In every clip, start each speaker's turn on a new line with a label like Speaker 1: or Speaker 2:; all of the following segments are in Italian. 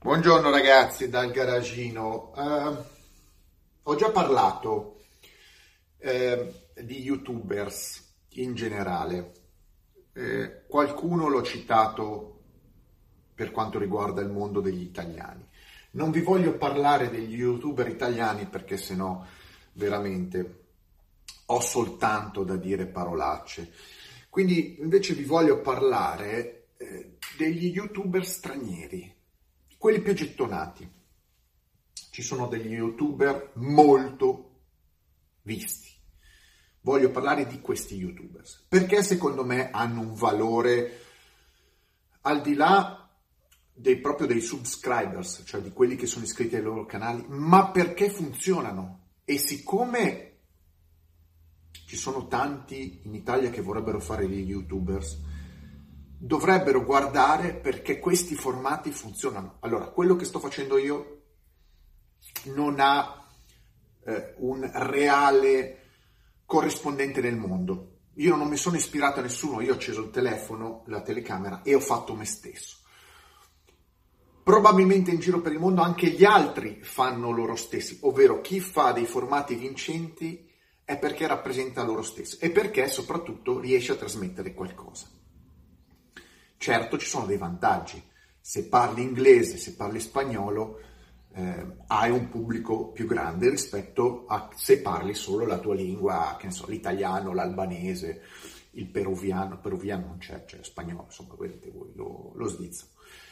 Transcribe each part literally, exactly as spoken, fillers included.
Speaker 1: Buongiorno ragazzi dal garagino. Eh, ho già parlato eh, di YouTubers in generale. Eh, qualcuno l'ho citato per quanto riguarda il mondo degli italiani. Non vi voglio parlare degli YouTuber italiani perché sennò veramente ho soltanto da dire parolacce. Quindi invece vi voglio parlare eh, degli YouTuber stranieri. Quelli più gettonati. Ci sono degli YouTuber molto visti. Voglio parlare di questi YouTubers perché secondo me hanno un valore al di là dei, proprio dei subscribers, cioè di quelli che sono iscritti ai loro canali, ma perché funzionano. E siccome ci sono tanti in Italia che vorrebbero fare gli YouTubers, dovrebbero guardare perché questi formati funzionano. Allora, quello che sto facendo io non ha eh, un reale corrispondente nel mondo. Io non mi sono ispirato a nessuno, io ho acceso il telefono, la telecamera e ho fatto me stesso. Probabilmente in giro per il mondo anche gli altri fanno loro stessi, ovvero chi fa dei formati vincenti è perché rappresenta loro stesso e perché soprattutto riesce a trasmettere qualcosa. Certo, ci sono dei vantaggi. Se parli inglese, se parli spagnolo, eh, hai un pubblico più grande rispetto a se parli solo la tua lingua, che ne so, l'italiano, l'albanese, il peruviano, peruviano non c'è, c'è spagnolo, insomma, vedete voi, lo, lo svizzero.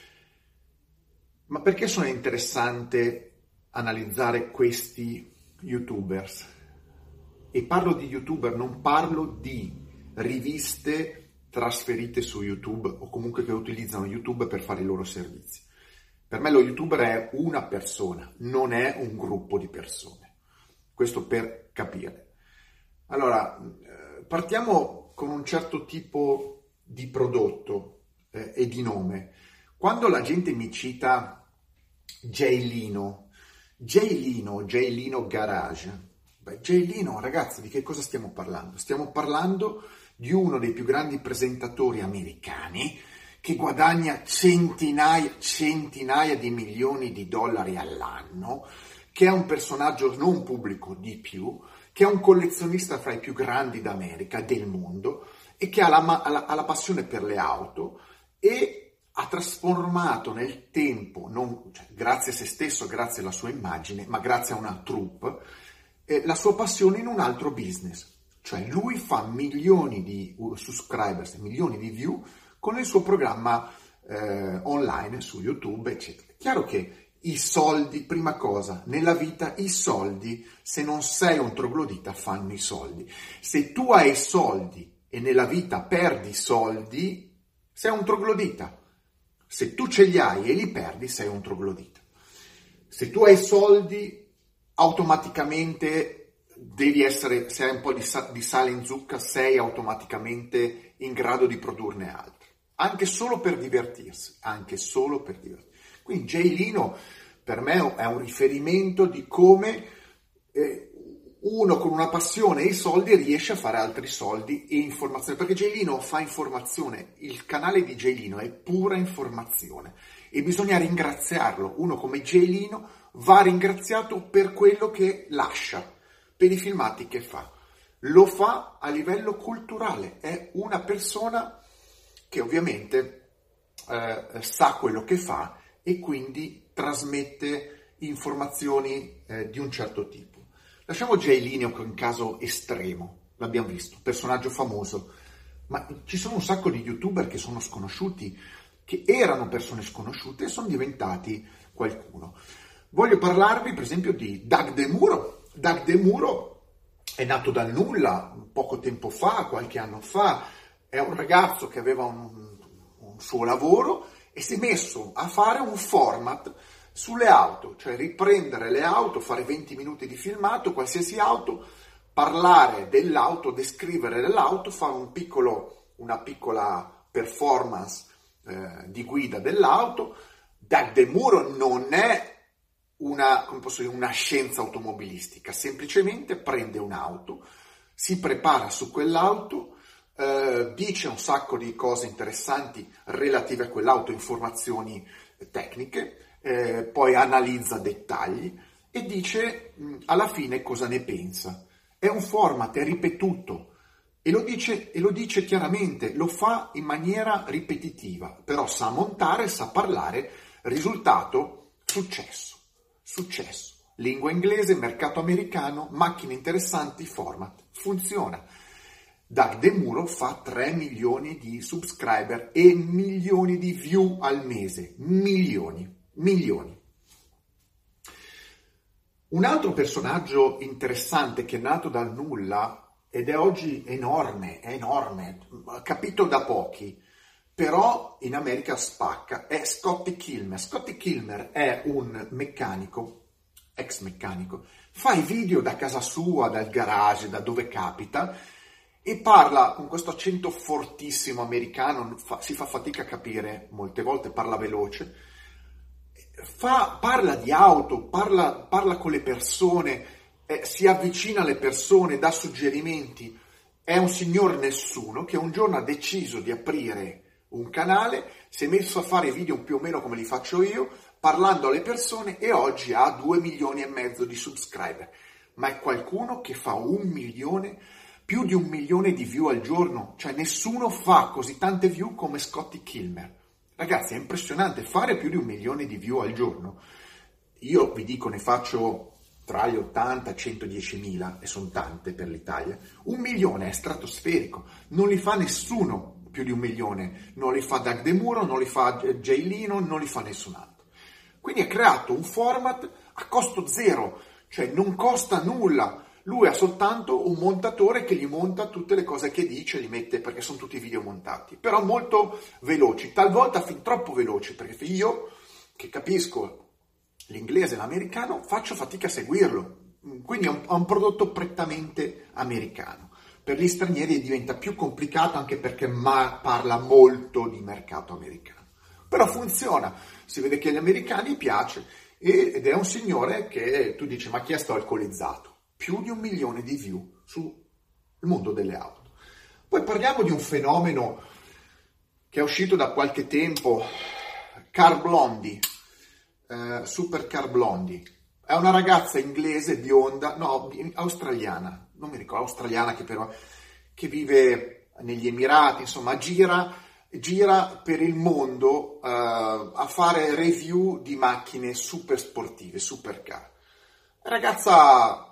Speaker 1: Ma perché sono interessante analizzare questi YouTubers? E parlo di YouTuber, non parlo di riviste trasferite su YouTube o comunque che utilizzano YouTube per fare i loro servizi. Per me lo YouTuber è una persona, non è un gruppo di persone. Questo per capire. Allora, partiamo con un certo tipo di prodotto eh, e di nome. Quando la gente mi cita Jay Lino, Jay Lino, Jay Lino Garage, beh, Jay Lino, ragazzi, di che cosa stiamo parlando? Stiamo parlando di uno dei più grandi presentatori americani che guadagna centinaia, centinaia di milioni di dollari all'anno, che è un personaggio non pubblico di più, che è un collezionista fra i più grandi d'America, del mondo, e che ha la, ha la, ha la passione per le auto e ha trasformato nel tempo, non, cioè, grazie a se stesso, grazie alla sua immagine, ma grazie a una troupe, eh, la sua passione in un altro business. Cioè lui fa milioni di subscribers, milioni di view con il suo programma eh, online su YouTube, eccetera. Chiaro che i soldi, prima cosa, nella vita i soldi, se non sei un troglodita, fanno i soldi. Se tu hai soldi e nella vita perdi soldi, sei un troglodita. Se tu ce li hai e li perdi, sei un troglodita. Se tu hai soldi, automaticamente devi essere, se hai un po' di, sa- di sale in zucca, sei automaticamente in grado di produrne altri, anche solo per divertirsi, anche solo per divertirsi. Quindi Jay Lino per me è un riferimento di come eh, uno con una passione e i soldi riesce a fare altri soldi e informazione, perché Jay Lino fa informazione, il canale di Jay Lino è pura informazione e bisogna ringraziarlo. Uno come Jay Lino va ringraziato per quello che lascia, per i filmati che fa. Lo fa a livello culturale, è una persona che ovviamente eh, sa quello che fa e quindi trasmette informazioni eh, di un certo tipo. Lasciamo Jay Lino che è un caso estremo, l'abbiamo visto, personaggio famoso, ma ci sono un sacco di YouTuber che sono sconosciuti, che erano persone sconosciute e sono diventati qualcuno. Voglio parlarvi per esempio di Doug DeMuro. Doug DeMuro è nato dal nulla poco tempo fa, qualche anno fa, è un ragazzo che aveva un, un suo lavoro e si è messo a fare un format sulle auto, cioè riprendere le auto, fare venti minuti di filmato, qualsiasi auto, parlare dell'auto, descrivere l'auto, fare un piccolo, una piccola performance eh, di guida dell'auto. Doug DeMuro non è Una, come posso dire, una scienza automobilistica, semplicemente prende un'auto, si prepara su quell'auto, eh, dice un sacco di cose interessanti relative a quell'auto, informazioni tecniche, eh, poi analizza dettagli e dice mh, alla fine cosa ne pensa. È un format, è ripetuto e lo dice, e lo dice chiaramente, lo fa in maniera ripetitiva, però sa montare, sa parlare, risultato, successo, successo. Lingua inglese, mercato americano, macchine interessanti, format. Funziona. Doug DeMuro fa tre milioni di subscriber e milioni di view al mese. Milioni, milioni. Un altro personaggio interessante che è nato dal nulla ed è oggi enorme, è enorme, capito da pochi, però in America spacca, è Scotty Kilmer. Scotty Kilmer è un meccanico, ex meccanico, fa i video da casa sua, dal garage, da dove capita, e parla con questo accento fortissimo americano, fa, si fa fatica a capire, molte volte parla veloce, fa, parla di auto, parla, parla con le persone, eh, si avvicina alle persone, dà suggerimenti. È un signor nessuno che un giorno ha deciso di aprire un canale, si è messo a fare video più o meno come li faccio io, parlando alle persone, e oggi ha due milioni e mezzo di subscriber. Ma è qualcuno che fa un milione, più di un milione di view al giorno. Cioè nessuno fa così tante view come Scotty Kilmer. Ragazzi, è impressionante fare più di un milione di view al giorno. Io vi dico, ne faccio tra gli ottanta e centodiecimila, e sono tante per l'Italia. Un milione è stratosferico, non li fa nessuno più di un milione. Non li fa Doug DeMuro, non li fa Jay Leno, non li fa nessun altro. Quindi ha creato un format a costo zero, cioè non costa nulla. Lui ha soltanto un montatore che gli monta tutte le cose che dice, li mette, perché sono tutti video montati, però molto veloci, talvolta fin troppo veloci, perché io, che capisco l'inglese e l'americano, faccio fatica a seguirlo. Quindi è un, è un prodotto prettamente americano. Per gli stranieri diventa più complicato, anche perché ma parla molto di mercato americano. Però funziona, si vede che agli americani piace, ed è un signore che tu dici, ma chi è sto alcolizzato? Più di un milione di view sul mondo delle auto. Poi parliamo di un fenomeno che è uscito da qualche tempo, Car Blondie, eh, Super Car Blondie. È una ragazza inglese, bionda, no, australiana, non mi ricordo, australiana che però, che vive negli Emirati, insomma, gira... gira per il mondo uh, a fare review di macchine super sportive, supercar. Ragazza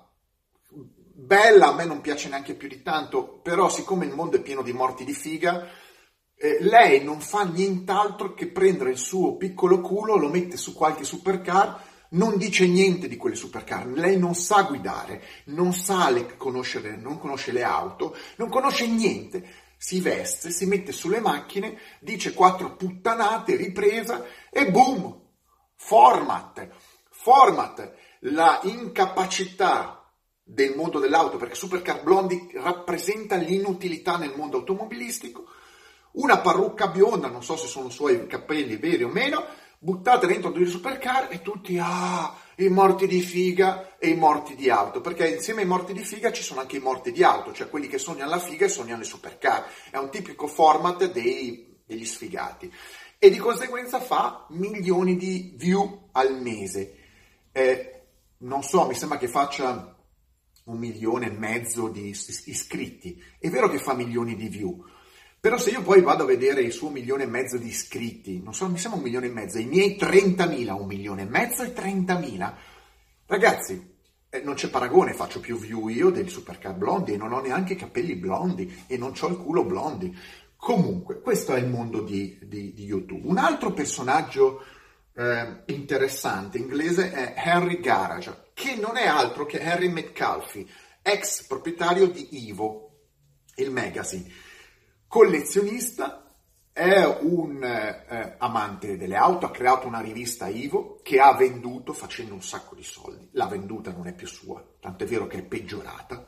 Speaker 1: bella, a me non piace neanche più di tanto, però siccome il mondo è pieno di morti di figa, eh, lei non fa nient'altro che prendere il suo piccolo culo, lo mette su qualche supercar, non dice niente di quelle supercar, lei non sa guidare, non sa le conoscere, non conosce le auto, non conosce niente. Si veste, si mette sulle macchine, dice quattro puttanate, ripresa e boom! Format! Format! La incapacità del mondo dell'auto, perché Supercar Blondie rappresenta l'inutilità nel mondo automobilistico. Una parrucca bionda, non so se sono suoi capelli veri o meno, buttate dentro due supercar e tutti, ah, i morti di figa e i morti di auto, perché insieme ai morti di figa ci sono anche i morti di auto, cioè quelli che sognano la figa e sognano le supercar. È un tipico format dei, degli sfigati. E di conseguenza fa milioni di view al mese. Eh, non so, mi sembra che faccia un milione e mezzo di iscritti. È vero che fa milioni di view, però se io poi vado a vedere il suo milione e mezzo di iscritti, non so, mi sembra un milione e mezzo, i miei trentamila, un milione e mezzo e trentamila, ragazzi, eh, non c'è paragone, faccio più view io del Supercar Blondie e non ho neanche i capelli blondi e non ho il culo blondi. Comunque, questo è il mondo di, di, di YouTube. Un altro personaggio eh, interessante inglese è Henry Garage, che non è altro che Henry Metcalfe, ex proprietario di Ivo, il magazine. Collezionista, è un eh, amante delle auto, ha creato una rivista Ivo che ha venduto facendo un sacco di soldi. L'ha venduta, non è più sua, tanto è vero che è peggiorata.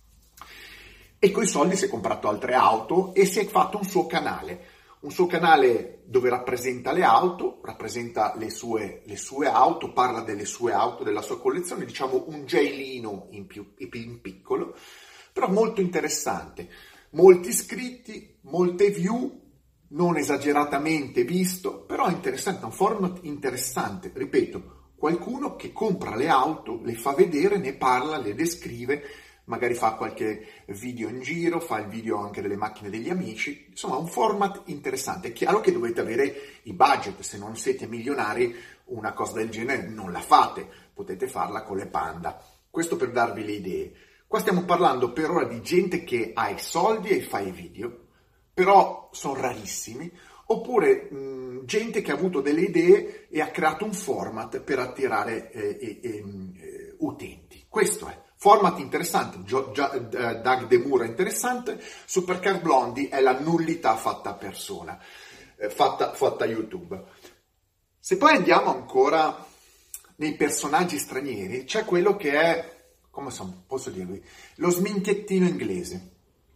Speaker 1: E coi soldi si è comprato altre auto e si è fatto un suo canale. Un suo canale dove rappresenta le auto, rappresenta le sue, le sue auto, parla delle sue auto, della sua collezione, diciamo un Jay Leno in, più, in piccolo, però molto interessante. Molti iscritti, molte view, non esageratamente visto, però interessante, un format interessante, ripeto, qualcuno che compra le auto, le fa vedere, ne parla, le descrive, magari fa qualche video in giro, fa il video anche delle macchine degli amici, insomma un format interessante. È chiaro che dovete avere i budget, se non siete milionari una cosa del genere non la fate, potete farla con le Panda. Questo per darvi le idee. Qua stiamo parlando per ora di gente che ha i soldi e fa i video, però sono rarissimi, oppure mh, gente che ha avuto delle idee e ha creato un format per attirare eh, eh, eh, utenti. Questo è. Format interessante, Gio, Gio, uh, Doug DeMuro è interessante, Supercar Blondie è la nullità fatta persona, eh, fatta, fatta YouTube. Se poi andiamo ancora nei personaggi stranieri, c'è quello che è, come so, posso dirvi, lo sminchiettino inglese.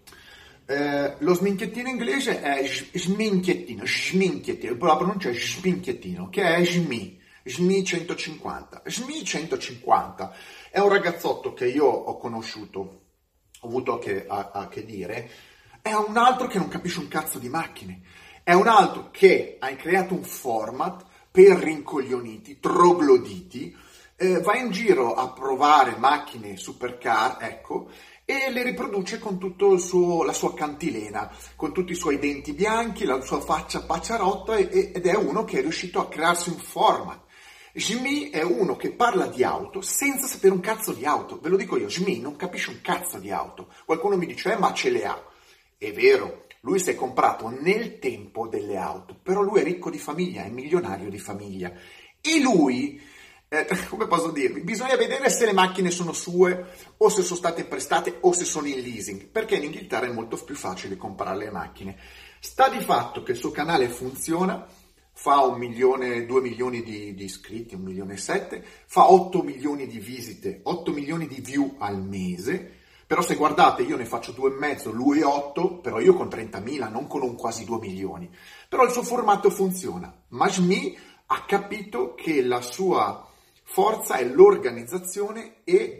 Speaker 1: Eh, lo sminchiettino inglese è sminchiettino, sminchiettino, la pronuncia è sminchiettino, che è Shmi, Shmi centocinquanta. Shmi centocinquanta è un ragazzotto che io ho conosciuto, ho avuto a che, a, a che dire, è un altro che non capisce un cazzo di macchine, è un altro che ha creato un format per rincoglioniti, trogloditi, eh, va in giro a provare macchine supercar, ecco, e le riproduce con tutta la sua cantilena, con tutti i suoi denti bianchi, la sua faccia pacciarotta, e, ed è uno che è riuscito a crearsi un format. Jimmy è uno che parla di auto senza sapere un cazzo di auto, ve lo dico io, Jimmy non capisce un cazzo di auto. Qualcuno mi dice, eh, ma ce le ha. È vero, lui si è comprato nel tempo delle auto, però lui è ricco di famiglia, è milionario di famiglia. E lui, eh, come posso dirvi, bisogna vedere se le macchine sono sue, o se sono state prestate, o se sono in leasing, perché in Inghilterra è molto più facile comprare le macchine. Sta di fatto che il suo canale funziona, fa un milione, due milioni di, di iscritti, un milione e sette, fa otto milioni di visite, otto milioni di view al mese, però se guardate io ne faccio due e mezzo, lui otto, però io con trentamila, non con un quasi due milioni. Però il suo formato funziona. Majmi ha capito che la sua forza è l'organizzazione e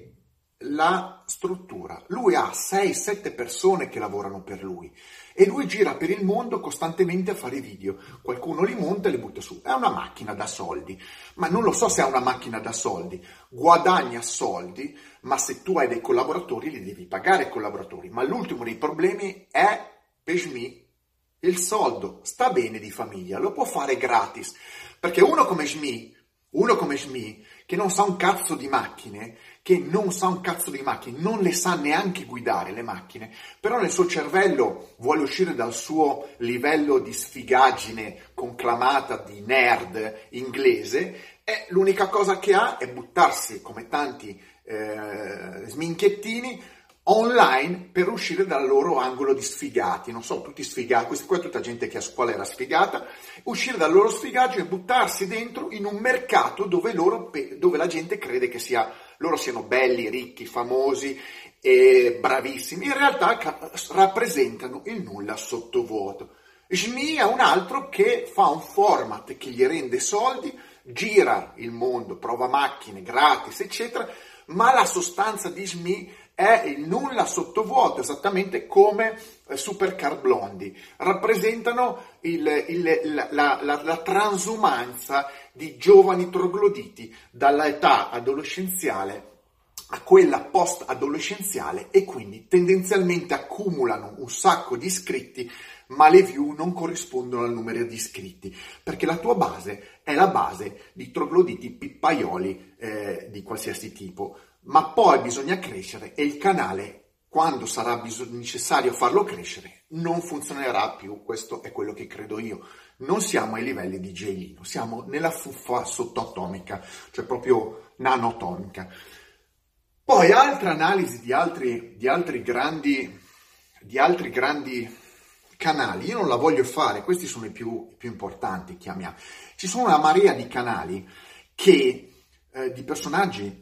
Speaker 1: la struttura. Lui ha sei sette persone che lavorano per lui e lui gira per il mondo costantemente a fare video. Qualcuno li monta e li butta su. È una macchina da soldi, ma non lo so se è una macchina da soldi. Guadagna soldi, ma se tu hai dei collaboratori li devi pagare i collaboratori. Ma l'ultimo dei problemi è Peshmi, il soldo. Sta bene di famiglia, lo può fare gratis, perché uno come Shmi, uno come Shmi, che non sa un cazzo di macchine, che non sa un cazzo di macchine, non le sa neanche guidare le macchine, però nel suo cervello vuole uscire dal suo livello di sfigaggine conclamata di nerd inglese, e l'unica cosa che ha è buttarsi, come tanti eh, sminchettini, online per uscire dal loro angolo di sfigati. Non so, tutti sfigati, questa qua è tutta gente che a scuola era sfigata, uscire dal loro sfigaggio e buttarsi dentro in un mercato dove, loro, dove la gente crede che sia, loro siano belli, ricchi, famosi e bravissimi. In realtà rappresentano il nulla sottovuoto. Jimmy è un altro che fa un format che gli rende soldi, gira il mondo, prova macchine gratis, eccetera, ma la sostanza di Jimmy è il nulla sottovuoto, esattamente come Supercar Blondie. Rappresentano il, il, la, la, la, la transumanza di giovani trogloditi dall'età adolescenziale a quella post-adolescenziale, e quindi tendenzialmente accumulano un sacco di iscritti, ma le view non corrispondono al numero di iscritti, perché la tua base è la base di trogloditi pippaioli eh, di qualsiasi tipo. Ma poi bisogna crescere e il canale, quando sarà bis- necessario farlo crescere, non funzionerà più. Questo è quello che credo io. Non siamo ai livelli di J-Lino, siamo nella fuffa sottoatomica, cioè proprio nanoatomica. Poi altra analisi di altri, di altri grandi, di altri grandi canali, io non la voglio fare, questi sono i più, i più importanti, chiamiamo. Ci sono una marea di canali che di personaggi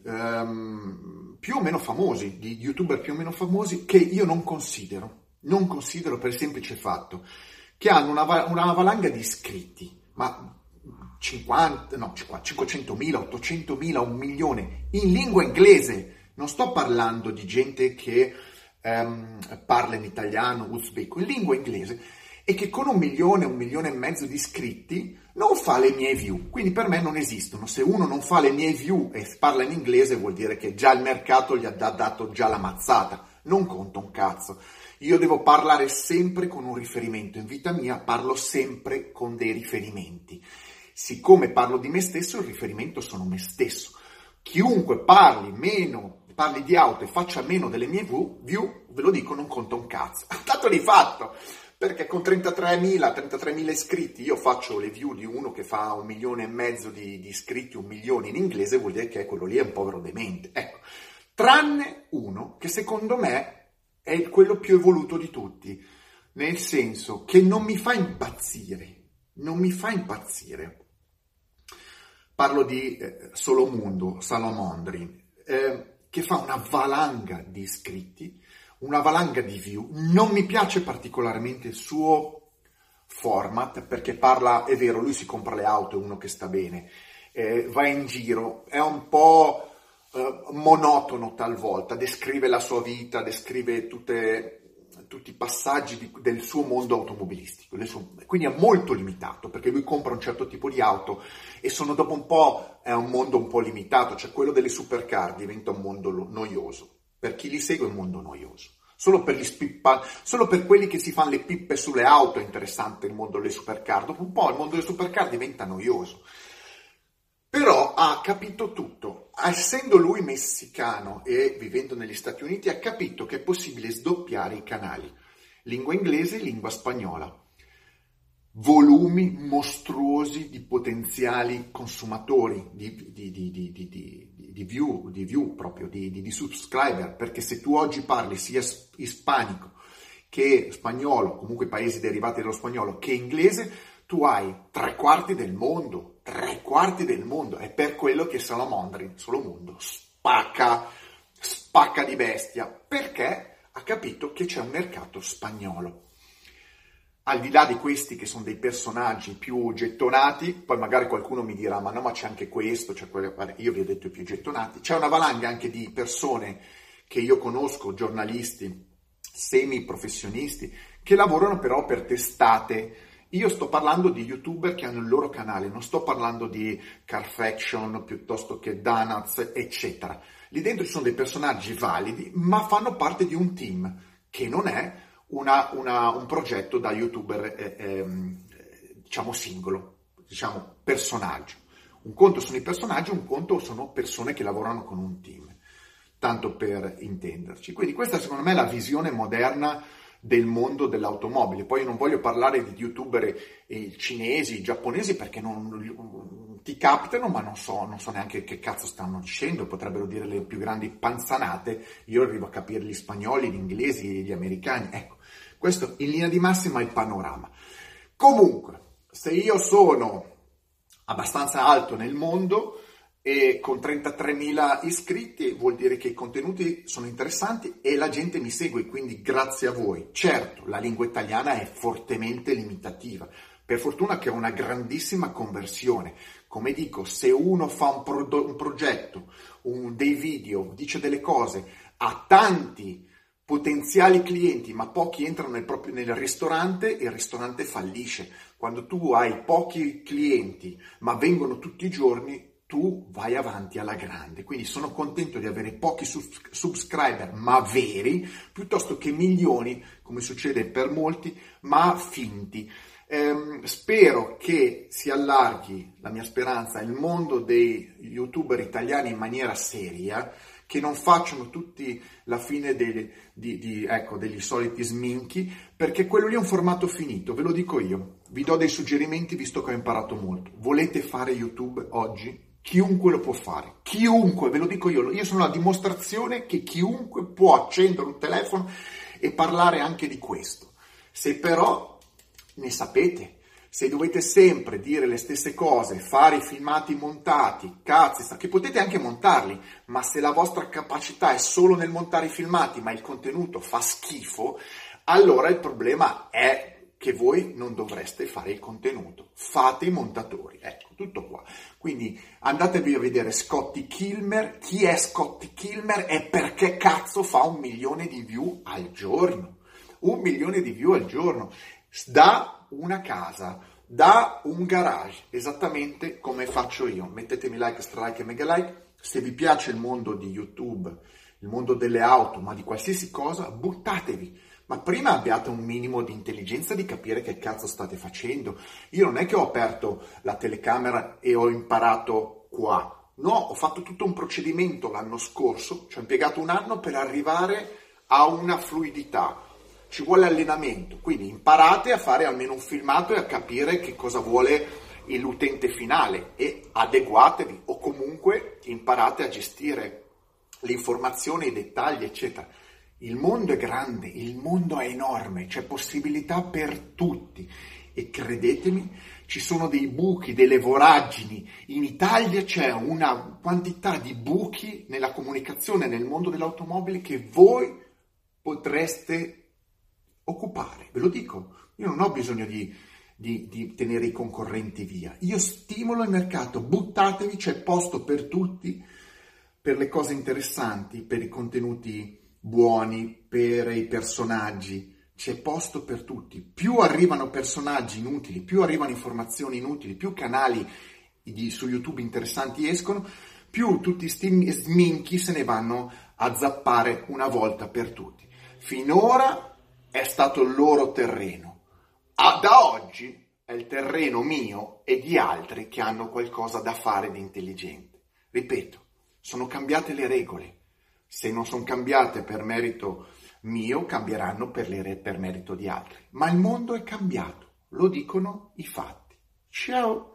Speaker 1: um, più o meno famosi, di youtuber più o meno famosi, che io non considero, non considero per il semplice fatto che hanno una, una valanga di iscritti, ma cinquanta, no, cinquecentomila, ottocentomila, un milione, in lingua inglese. Non sto parlando di gente che um, parla in italiano, uzbeko, in lingua inglese, e che con un milione, un milione e mezzo di iscritti non fa le mie view, quindi per me non esistono. Se uno non fa le mie view e parla in inglese vuol dire che già il mercato gli ha dato già la mazzata, non conta un cazzo. Io devo parlare sempre con un riferimento, in vita mia parlo sempre con dei riferimenti. Siccome parlo di me stesso, il riferimento sono me stesso. Chiunque parli meno, parli di auto e faccia meno delle mie view, view ve lo dico, non conta un cazzo. Tanto di fatto, perché con trentatremila iscritti io faccio le view di uno che fa un milione e mezzo di, di iscritti, un milione in inglese, vuol dire che quello lì è un povero demente. Ecco, tranne uno che secondo me è quello più evoluto di tutti, nel senso che non mi fa impazzire, non mi fa impazzire. Parlo di eh, Solomundo Salamondri, eh, che fa una valanga di iscritti, una valanga di view. Non mi piace particolarmente il suo format, perché parla, è vero, lui si compra le auto, è uno che sta bene, eh, va in giro, è un po' monotono talvolta, descrive la sua vita, descrive tutte, tutti i passaggi di, del suo mondo automobilistico, sue, quindi è molto limitato, perché lui compra un certo tipo di auto e sono dopo un po', è un mondo un po' limitato, cioè quello delle supercar diventa un mondo noioso, per chi li segue è un mondo noioso. Solo per, gli spippa, solo per quelli che si fanno le pippe sulle auto è interessante il mondo delle supercar, dopo un po' il mondo delle supercar diventa noioso. Però ha capito tutto, essendo lui messicano e vivendo negli Stati Uniti, ha capito che è possibile sdoppiare i canali, lingua inglese e lingua spagnola, volumi mostruosi di potenziali consumatori, di, di, di, di, di, di, di, view, di view proprio, di, di, di subscriber, perché se tu oggi parli sia ispanico che spagnolo, comunque paesi derivati dallo spagnolo, che inglese, tu hai tre quarti del mondo, tre quarti del mondo, è per quello che Salamondri, Solomundo, spacca, spacca di bestia, perché ha capito che c'è un mercato spagnolo. Al di là di questi che sono dei personaggi più gettonati, poi magari qualcuno mi dirà, ma no, ma c'è anche questo, c'è quello, io vi ho detto i più gettonati, c'è una valanga anche di persone che io conosco, giornalisti, semi-professionisti, che lavorano però per testate. Io sto parlando di youtuber che hanno il loro canale, non sto parlando di Carfaction piuttosto che Donuts, eccetera. Lì dentro ci sono dei personaggi validi, ma fanno parte di un team, che non è una, una, un progetto da youtuber, eh, eh, diciamo, singolo, diciamo, personaggio. Un conto sono i personaggi, un conto sono persone che lavorano con un team, tanto per intenderci. Quindi questa secondo me è la visione moderna del mondo dell'automobile. Poi io non voglio parlare di youtuber eh, cinesi, giapponesi, perché non ti capitano, ma non so, non so neanche che cazzo stanno dicendo, potrebbero dire le più grandi panzanate, io arrivo a capire gli spagnoli, gli inglesi, gli americani, ecco, questo in linea di massima è il panorama. Comunque, se io sono abbastanza alto nel mondo e con trentatremila iscritti vuol dire che i contenuti sono interessanti e la gente mi segue, quindi grazie a voi. Certo, la lingua italiana è fortemente limitativa, per fortuna che ho una grandissima conversione. Come dico, se uno fa un, pro- un progetto, un, dei video, dice delle cose, ha tanti potenziali clienti, ma pochi entrano nel, proprio, nel ristorante, il ristorante fallisce. Quando tu hai pochi clienti, ma vengono tutti i giorni, tu vai avanti alla grande. Quindi sono contento di avere pochi sub- subscriber, ma veri, piuttosto che milioni, come succede per molti, ma finti. Ehm, spero che si allarghi, la mia speranza, il mondo dei youtuber italiani in maniera seria, che non facciano tutti la fine dei, di, di, ecco, degli soliti sminchi, perché quello lì è un formato finito, ve lo dico io. Vi do dei suggerimenti visto che ho imparato molto. Volete fare YouTube oggi? Chiunque lo può fare, chiunque, ve lo dico io, io sono la dimostrazione che chiunque può accendere un telefono e parlare anche di questo. Se però ne sapete, se dovete sempre dire le stesse cose, fare i filmati montati, cazzi, che potete anche montarli, ma se la vostra capacità è solo nel montare i filmati, ma il contenuto fa schifo, allora il problema è che voi non dovreste fare il contenuto, fate i montatori, ecco, tutto qua. Quindi andatevi a vedere Scotty Kilmer. Chi è Scotty Kilmer e perché cazzo fa un milione di view al giorno? Un milione di view al giorno. da una casa, da un garage, esattamente come faccio io. Mettetemi like, stralike e mega like. Se vi piace il mondo di YouTube, il mondo delle auto, ma di qualsiasi cosa, buttatevi. Ma prima abbiate un minimo di intelligenza di capire che cazzo state facendo. Io non è che ho aperto la telecamera e ho imparato qua. No, ho fatto tutto un procedimento l'anno scorso, ci ho impiegato un anno per arrivare a una fluidità. Ci vuole allenamento, quindi imparate a fare almeno un filmato e a capire che cosa vuole l'utente finale e adeguatevi, o comunque imparate a gestire le informazioni, i dettagli, eccetera. Il mondo è grande, il mondo è enorme, c'è possibilità per tutti e credetemi, ci sono dei buchi, delle voragini. In Italia c'è una quantità di buchi nella comunicazione, nel mondo dell'automobile che voi potreste occupare. Ve lo dico, io non ho bisogno di, di, di tenere i concorrenti via. Io stimolo il mercato, buttatevi, c'è posto per tutti, per le cose interessanti, per i contenuti buoni, per i personaggi, c'è posto per tutti. Più arrivano personaggi inutili, più arrivano informazioni inutili, più canali di, su YouTube interessanti escono, più tutti sti sminchi se ne vanno a zappare una volta per tutti. Finora è stato il loro terreno. Ah, da oggi è il terreno mio e di altri che hanno qualcosa da fare di intelligente. Ripeto, sono cambiate le regole. Se non sono cambiate per merito mio, cambieranno per, le, per merito di altri. Ma il mondo è cambiato, lo dicono i fatti. Ciao!